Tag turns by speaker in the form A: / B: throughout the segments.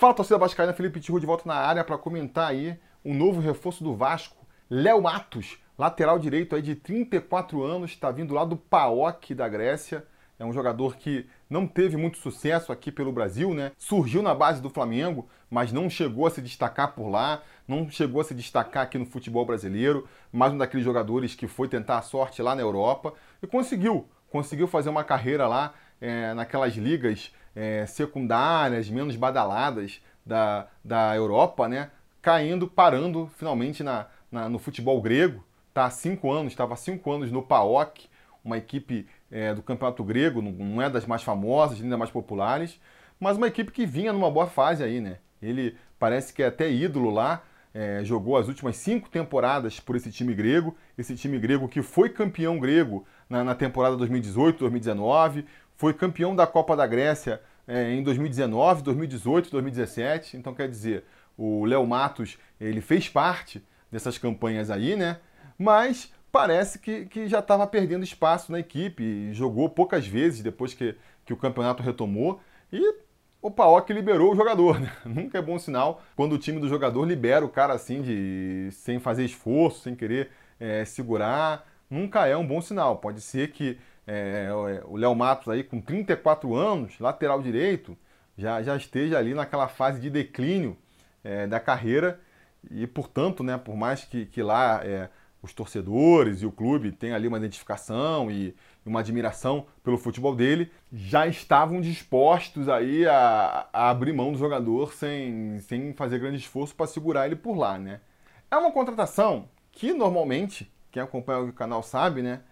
A: Fala, torcida vascaína, Felipe Tiru de volta na área para comentar aí um novo reforço do Vasco. Léo Matos, lateral direito aí de 34 anos, está vindo lá do PAOK da Grécia. É um jogador que não teve muito sucesso aqui pelo Brasil, né? Surgiu na base do Flamengo, mas não chegou a se destacar por lá, não chegou a se destacar aqui no futebol brasileiro. Mais um daqueles jogadores que foi tentar a sorte lá na Europa e conseguiu fazer uma carreira lá naquelas ligas secundárias, menos badaladas da Europa, né? Parando finalmente no futebol grego. Estava há 5 anos no PAOK, uma equipe do campeonato grego, não é das mais famosas, nem das mais populares, mas uma equipe que vinha numa boa fase aí, né? Ele parece que é até ídolo lá, jogou as últimas 5 temporadas por esse time grego que foi campeão grego na temporada 2018, 2019, foi campeão da Copa da Grécia em 2019, 2018, 2017, então quer dizer, o Léo Matos, ele fez parte dessas campanhas aí, né? Mas parece que já estava perdendo espaço na equipe, jogou poucas vezes depois que o campeonato retomou e o PAOK liberou o jogador, né? Nunca é bom sinal quando o time do jogador libera o cara assim, sem fazer esforço, sem querer segurar, nunca é um bom sinal. Pode ser que o Léo Matos aí com 34 anos, lateral direito, já esteja ali naquela fase de declínio da carreira e, portanto, né, por mais que lá os torcedores e o clube tenham ali uma identificação e uma admiração pelo futebol dele, já estavam dispostos aí a abrir mão do jogador sem fazer grande esforço para segurar ele por lá, né? É uma contratação que normalmente, quem acompanha o canal sabe, né,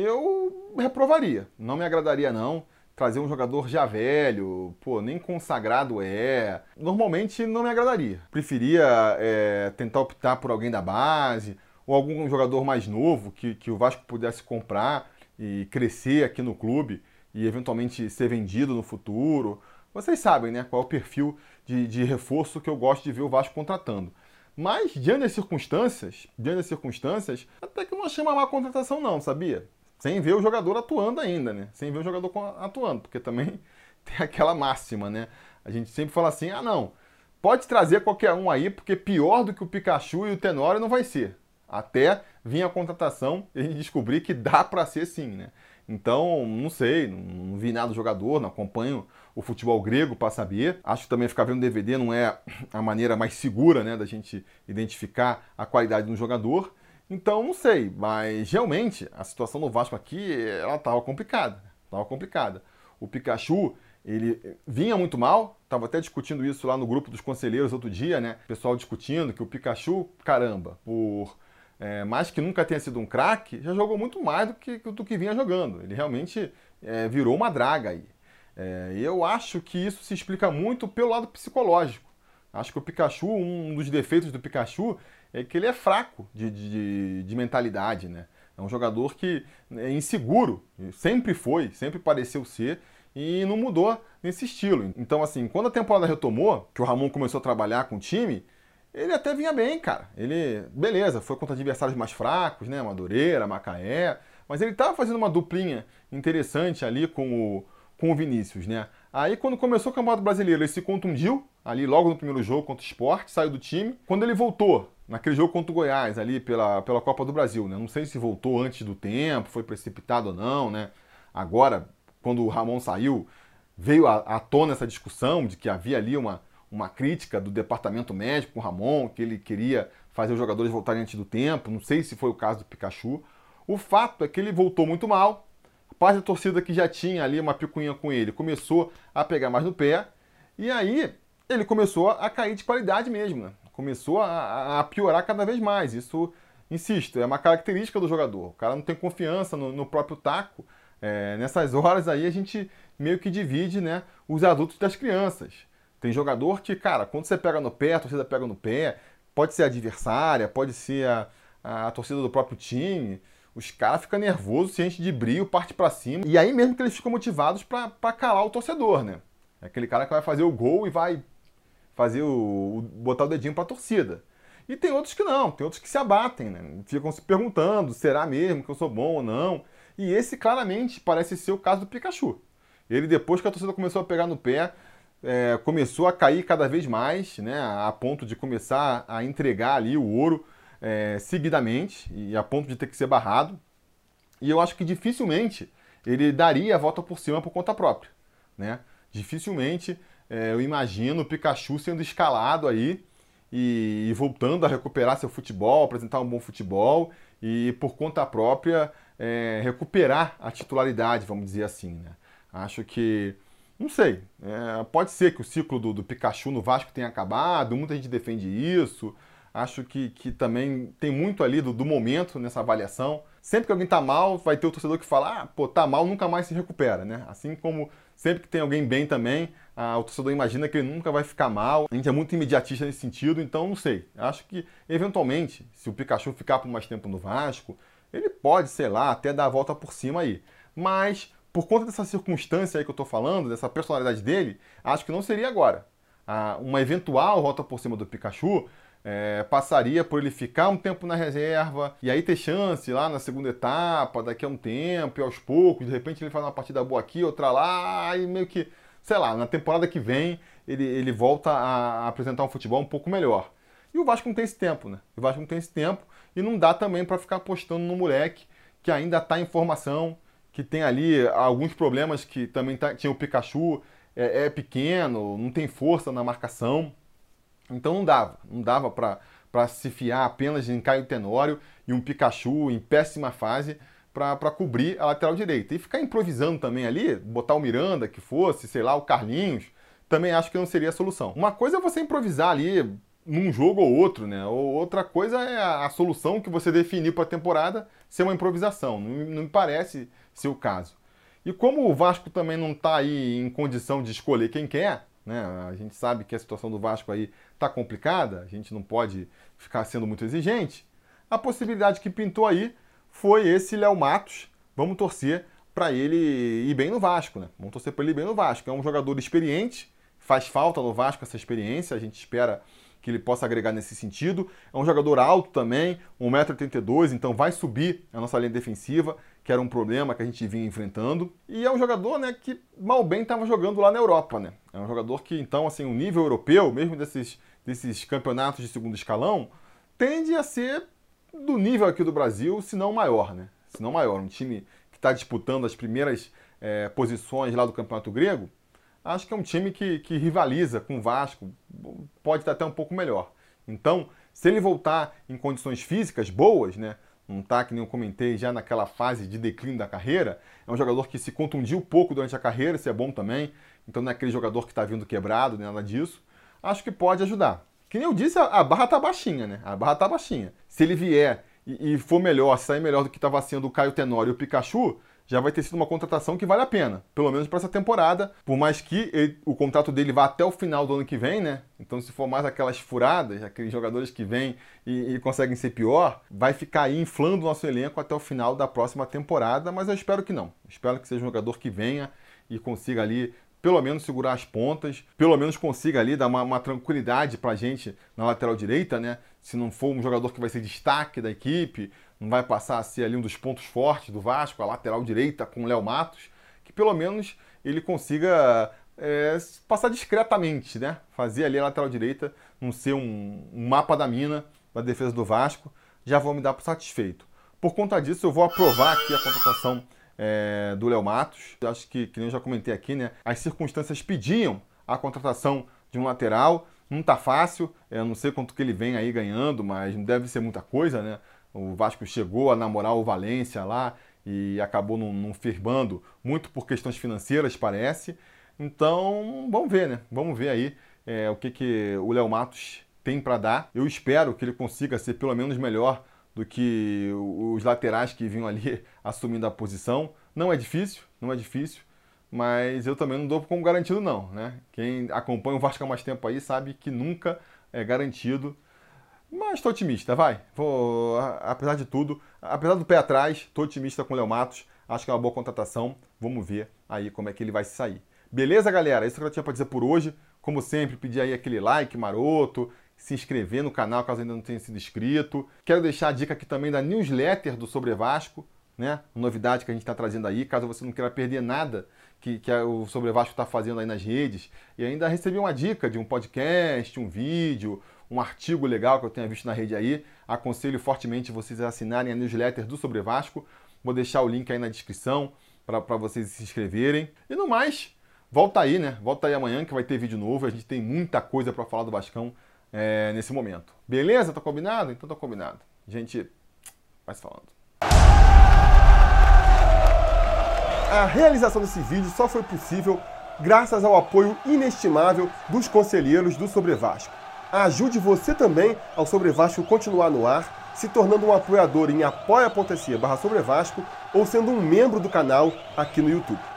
A: eu reprovaria. Não me agradaria não. Trazer um jogador já velho, nem consagrado normalmente não me agradaria. Preferia tentar optar por alguém da base, ou algum jogador mais novo que o Vasco pudesse comprar e crescer aqui no clube e eventualmente ser vendido no futuro. Vocês sabem, né, qual é o perfil de reforço que eu gosto de ver o Vasco contratando. Mas, diante das circunstâncias, até que eu não achei uma má contratação não, sabia? Sem ver o jogador atuando ainda, né? Sem ver o jogador atuando, porque também tem aquela máxima, né? A gente sempre fala assim, não, pode trazer qualquer um aí, porque pior do que o Pikachu e o Tenório não vai ser. Até vir a contratação e a gente descobrir que dá para ser sim, né? Então, não sei, não vi nada do jogador, não acompanho o futebol grego para saber. Acho que também ficar vendo DVD não é a maneira mais segura, né, da gente identificar a qualidade de um jogador. Então, não sei, mas realmente a situação do Vasco aqui, ela estava complicada. O Pikachu, ele vinha muito mal, estava até discutindo isso lá no grupo dos conselheiros outro dia, né? O pessoal discutindo que o Pikachu, caramba, por mais que nunca tenha sido um craque, já jogou muito mais do que vinha jogando. Ele realmente virou uma draga aí. E eu acho que isso se explica muito pelo lado psicológico. Acho que o Pikachu, um dos defeitos do Pikachu é que ele é fraco de mentalidade, né? É um jogador que é inseguro, sempre pareceu ser e não mudou nesse estilo. Então, assim, quando a temporada retomou, que o Ramon começou a trabalhar com o time, ele até vinha bem, cara. Ele, beleza, foi contra adversários mais fracos, né? Madureira, Macaé, mas ele estava fazendo uma duplinha interessante ali com o Vinícius, né? Aí quando começou o Campeonato Brasileiro, ele se contundiu, ali logo no primeiro jogo contra o Sport, saiu do time. Quando ele voltou, naquele jogo contra o Goiás, ali pela Copa do Brasil, né? Não sei se voltou antes do tempo, foi precipitado ou não, né? Agora, quando o Ramon saiu, veio à tona essa discussão de que havia ali uma crítica do departamento médico com o Ramon, que ele queria fazer os jogadores voltarem antes do tempo. Não sei se foi o caso do Pikachu. O fato é que ele voltou muito mal. A parte da torcida que já tinha ali uma picuinha com ele começou a pegar mais no pé. E aí ele começou a cair de qualidade mesmo, né? Começou a piorar cada vez mais. Isso, insisto, é uma característica do jogador. O cara não tem confiança no próprio taco. Nessas horas aí a gente meio que divide, né, os adultos das crianças. Tem jogador que, cara, quando você pega no pé, a torcida pega no pé, pode ser adversária, pode ser a torcida do próprio time, os caras ficam nervosos, se enchem de brio, parte pra cima. E aí mesmo que eles ficam motivados pra calar o torcedor, né? É aquele cara que vai fazer o gol e vai fazer botar o dedinho pra torcida. E tem outros que não, tem outros que se abatem, né? Ficam se perguntando, será mesmo que eu sou bom ou não? E esse claramente parece ser o caso do Pikachu. Ele, depois que a torcida começou a pegar no pé, começou a cair cada vez mais, né, a ponto de começar a entregar ali o ouro seguidamente e a ponto de ter que ser barrado. E eu acho que dificilmente ele daria a volta por cima por conta própria, né? Dificilmente eu imagino o Pikachu sendo escalado aí e voltando a recuperar seu futebol, apresentar um bom futebol e por conta própria recuperar a titularidade, vamos dizer assim, né? Acho que, não sei, pode ser que o ciclo do Pikachu no Vasco tenha acabado, muita gente defende isso. Acho que também tem muito ali do momento nessa avaliação. Sempre que alguém tá mal, vai ter o torcedor que fala, pô, tá mal, nunca mais se recupera, né? Assim como sempre que tem alguém bem também, o torcedor imagina que ele nunca vai ficar mal. A gente é muito imediatista nesse sentido, então não sei. Acho que, eventualmente, se o Pikachu ficar por mais tempo no Vasco, ele pode, sei lá, até dar a volta por cima aí. Mas, por conta dessa circunstância aí que eu tô falando, dessa personalidade dele, acho que não seria agora. Uma eventual volta por cima do Pikachu passaria por ele ficar um tempo na reserva e aí ter chance lá na segunda etapa, daqui a um tempo, e aos poucos, de repente ele faz uma partida boa aqui, outra lá, e meio que, sei lá, na temporada que vem ele volta a apresentar um futebol um pouco melhor. E o Vasco não tem esse tempo, né? O Vasco não tem esse tempo e não dá também para ficar apostando no moleque que ainda está em formação, que tem ali alguns problemas que também tinha o Pikachu, é pequeno, não tem força na marcação. Então não dava para se fiar apenas em Caio Tenório e um Pikachu em péssima fase para cobrir a lateral direita. E ficar improvisando também ali, botar o Miranda que fosse, sei lá, o Carlinhos, também acho que não seria a solução. Uma coisa é você improvisar ali num jogo ou outro, né? Ou outra coisa é a solução que você definir para a temporada ser uma improvisação. Não me parece ser o caso. E como o Vasco também não está aí em condição de escolher quem quer, né? A gente sabe que a situação do Vasco aí está complicada, a gente não pode ficar sendo muito exigente. A possibilidade que pintou aí foi esse Léo Matos. Vamos torcer para ele ir bem no Vasco, né? Vamos torcer para ele ir bem no Vasco. É um jogador experiente, faz falta no Vasco essa experiência, a gente espera que ele possa agregar nesse sentido. É um jogador alto também, 1,82 m, então vai subir a nossa linha defensiva, que era um problema que a gente vinha enfrentando. E é um jogador, né, que mal bem estava jogando lá na Europa, né? É um jogador que, então, assim, o nível europeu, mesmo desses campeonatos de segundo escalão, tende a ser do nível aqui do Brasil, se não maior, né? Se não maior. Um time que está disputando as primeiras posições lá do Campeonato Grego, acho que é um time que rivaliza com o Vasco, pode estar até um pouco melhor. Então, se ele voltar em condições físicas boas, né? Não está, que nem eu comentei, já naquela fase de declínio da carreira. É um jogador que se contundiu pouco durante a carreira, isso é bom também. Então não é aquele jogador que está vindo quebrado, nem nada disso. Acho que pode ajudar. Que nem eu disse, a barra está baixinha, né? A barra está baixinha. Se ele vier e for melhor, sair melhor do que estava sendo o Caio Tenório e o Pikachu, já vai ter sido uma contratação que vale a pena, pelo menos para essa temporada, por mais que o contrato dele vá até o final do ano que vem, né? Então se for mais aquelas furadas, aqueles jogadores que vêm e conseguem ser pior, vai ficar aí inflando o nosso elenco até o final da próxima temporada, mas eu espero que não. Espero que seja um jogador que venha e consiga ali pelo menos segurar as pontas, pelo menos consiga ali dar uma tranquilidade pra gente na lateral direita, né? Se não for um jogador que vai ser destaque da equipe, não vai passar a ser ali um dos pontos fortes do Vasco, a lateral direita com o Léo Matos, que pelo menos ele consiga passar discretamente, né? Fazer ali a lateral direita não ser um mapa da mina da defesa do Vasco, já vou me dar por satisfeito. Por conta disso, eu vou aprovar aqui a contratação do Léo Matos. Eu acho que nem eu já comentei aqui, né? As circunstâncias pediam a contratação de um lateral. Não tá fácil, eu não sei quanto que ele vem aí ganhando, mas não deve ser muita coisa, né? O Vasco chegou a namorar o Valência lá e acabou não firmando, muito por questões financeiras, parece. Então, vamos ver, né? Vamos ver aí o que o Léo Matos tem para dar. Eu espero que ele consiga ser pelo menos melhor do que os laterais que vinham ali assumindo a posição. Não é difícil, mas eu também não dou como garantido não, né? Quem acompanha o Vasco há mais tempo aí sabe que nunca é garantido. Mas estou otimista, vai. Apesar de tudo, apesar do pé atrás, estou otimista com o Léo Matos. Acho que é uma boa contratação. Vamos ver aí como é que ele vai se sair. Beleza, galera? Isso que eu tinha para dizer por hoje. Como sempre, pedir aí aquele like maroto, se inscrever no canal caso ainda não tenha sido inscrito. Quero deixar a dica aqui também da newsletter do Sobre Vasco, né? Novidade que a gente está trazendo aí, caso você não queira perder nada que o Sobre Vasco está fazendo aí nas redes. E ainda recebi uma dica de um podcast, um vídeo, um artigo legal que eu tenha visto na rede aí. Aconselho fortemente vocês a assinarem a newsletter do Sobre Vasco. Vou deixar o link aí na descrição para vocês se inscreverem. E no mais, volta aí, né? Volta aí amanhã que vai ter vídeo novo. A gente tem muita coisa para falar do Vascão nesse momento. Beleza? Tá combinado? Então tá combinado. A gente vai se falando. A realização desse vídeo só foi possível graças ao apoio inestimável dos conselheiros do Sobre Vasco. Ajude você também ao Sobre Vasco continuar no ar, se tornando um apoiador em apoia.se/Sobre Vasco ou sendo um membro do canal aqui no YouTube.